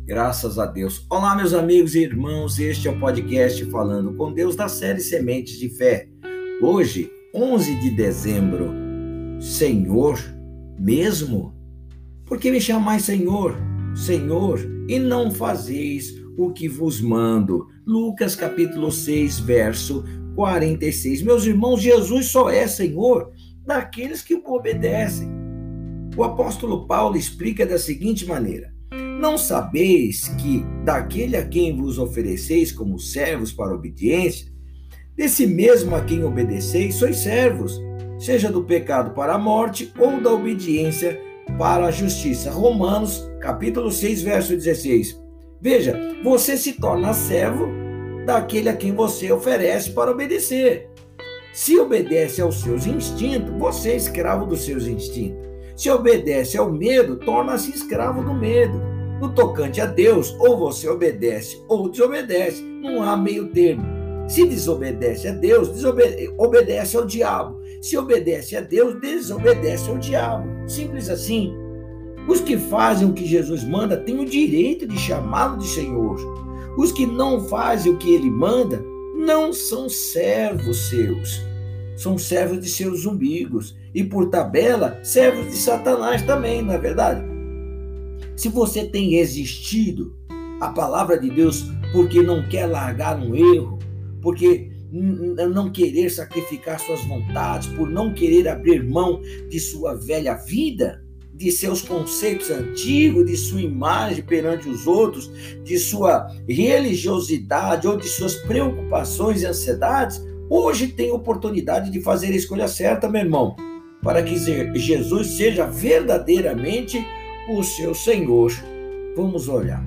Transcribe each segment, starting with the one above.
Graças a Deus. Olá, meus amigos e irmãos, este é o podcast Falando com Deus da série Sementes de Fé. Hoje, 11 de dezembro, Senhor mesmo? Por que me chamais Senhor, Senhor, e não fazeis o que vos mando? Lucas capítulo 6, verso 46. Meus irmãos, Jesus só é Senhor daqueles que o obedecem. O apóstolo Paulo explica da seguinte maneira: não sabeis que daquele a quem vos ofereceis como servos para a obediência, desse mesmo a quem obedeceis sois servos, seja do pecado para a morte ou da obediência para a justiça. Romanos capítulo 6, verso 16. Veja, você se torna servo daquele a quem você oferece para obedecer. Se obedece aos seus instintos, você é escravo dos seus instintos. Se obedece ao medo, torna-se escravo do medo. No tocante a Deus, ou você obedece ou desobedece, não há meio termo. Se desobedece a Deus, obedece ao diabo. Se obedece a Deus, desobedece ao diabo. Simples assim. Os que fazem o que Jesus manda têm o direito de chamá-lo de Senhor. Os que não fazem o que ele manda não são servos seus. São servos de seus umbigos. E, por tabela, servos de Satanás também, não é verdade? Se você tem resistido à palavra de Deus porque não quer largar um erro, porque não querer sacrificar suas vontades, por não querer abrir mão de sua velha vida, de seus conceitos antigos, de sua imagem perante os outros, de sua religiosidade ou de suas preocupações e ansiedades, hoje tem oportunidade de fazer a escolha certa, meu irmão, para que Jesus seja verdadeiramente o seu Senhor. Vamos orar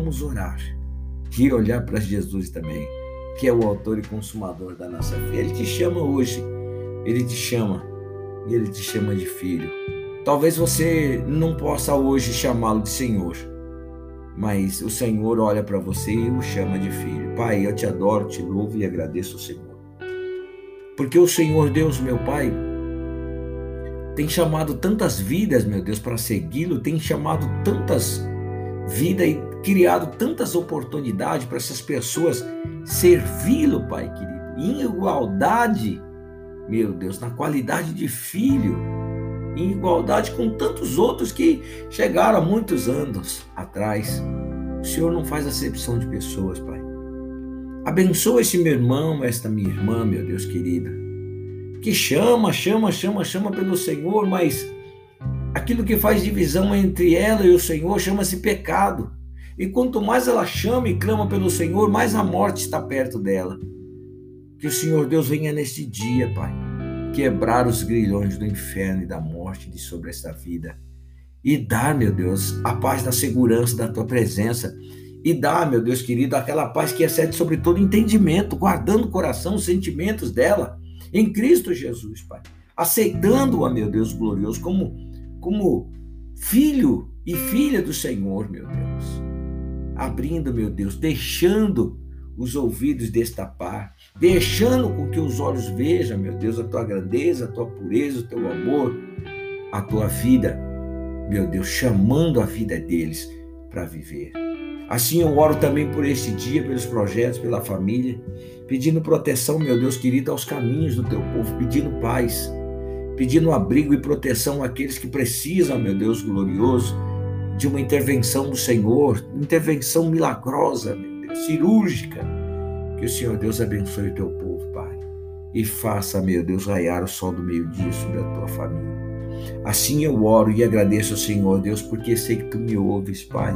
e olhar para Jesus também, que é o autor e consumador da nossa fé. Ele te chama hoje, ele te chama e ele te chama de filho. Talvez você não possa hoje chamá-lo de Senhor, mas o Senhor olha para você e o chama de filho. Pai, eu te adoro, te louvo e agradeço, Senhor, porque o Senhor Deus, meu Pai, tem chamado tantas vidas, meu Deus, para segui-lo, tem chamado tantas vidas e criado tantas oportunidades para essas pessoas servi-lo, Pai querido, em igualdade, meu Deus, na qualidade de filho, em igualdade com tantos outros que chegaram há muitos anos atrás. O Senhor não faz acepção de pessoas, Pai. Abençoa esse meu irmão, esta minha irmã, meu Deus querido, que chama pelo Senhor, mas aquilo que faz divisão entre ela e o Senhor chama-se pecado. E quanto mais ela chama e clama pelo Senhor, mais a morte está perto dela. Que o Senhor Deus venha neste dia, Pai, quebrar os grilhões do inferno e da morte de sobre esta vida. E dar, meu Deus, a paz da segurança da Tua presença. E dar, meu Deus querido, aquela paz que excede sobre todo entendimento, guardando o coração, os sentimentos dela, em Cristo Jesus, Pai. Aceitando-a, meu Deus glorioso, como filho e filha do Senhor, meu Deus. Abrindo, meu Deus, deixando os ouvidos destapar, deixando com que os olhos vejam, meu Deus, a Tua grandeza, a Tua pureza, o Teu amor, a Tua vida, meu Deus, chamando a vida deles para viver. Assim eu oro também por este dia, pelos projetos, pela família, pedindo proteção, meu Deus querido, aos caminhos do Teu povo, pedindo paz, pedindo abrigo e proteção àqueles que precisam, meu Deus glorioso, de uma intervenção do Senhor, intervenção milagrosa, meu Deus, cirúrgica. Que o Senhor Deus abençoe o Teu povo, Pai, e faça, meu Deus, raiar o sol do meio-dia sobre a Tua família. Assim eu oro e agradeço ao Senhor Deus, porque sei que Tu me ouves, Pai,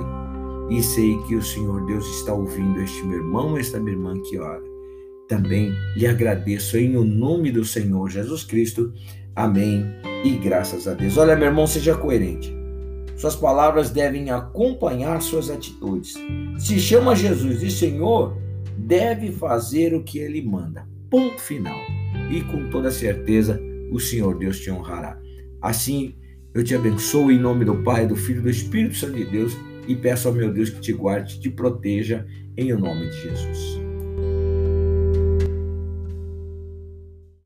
e sei que o Senhor Deus está ouvindo este meu irmão, esta minha irmã que ora. Também lhe agradeço em o nome do Senhor Jesus Cristo. Amém e graças a Deus. Olha, meu irmão, seja coerente. Suas palavras devem acompanhar suas atitudes. Se chama Jesus de Senhor, deve fazer o que Ele manda. Ponto final. E com toda certeza, o Senhor Deus te honrará. Assim, eu te abençoo em nome do Pai, do Filho e do Espírito Santo de Deus e peço ao meu Deus que te guarde, te proteja em o nome de Jesus.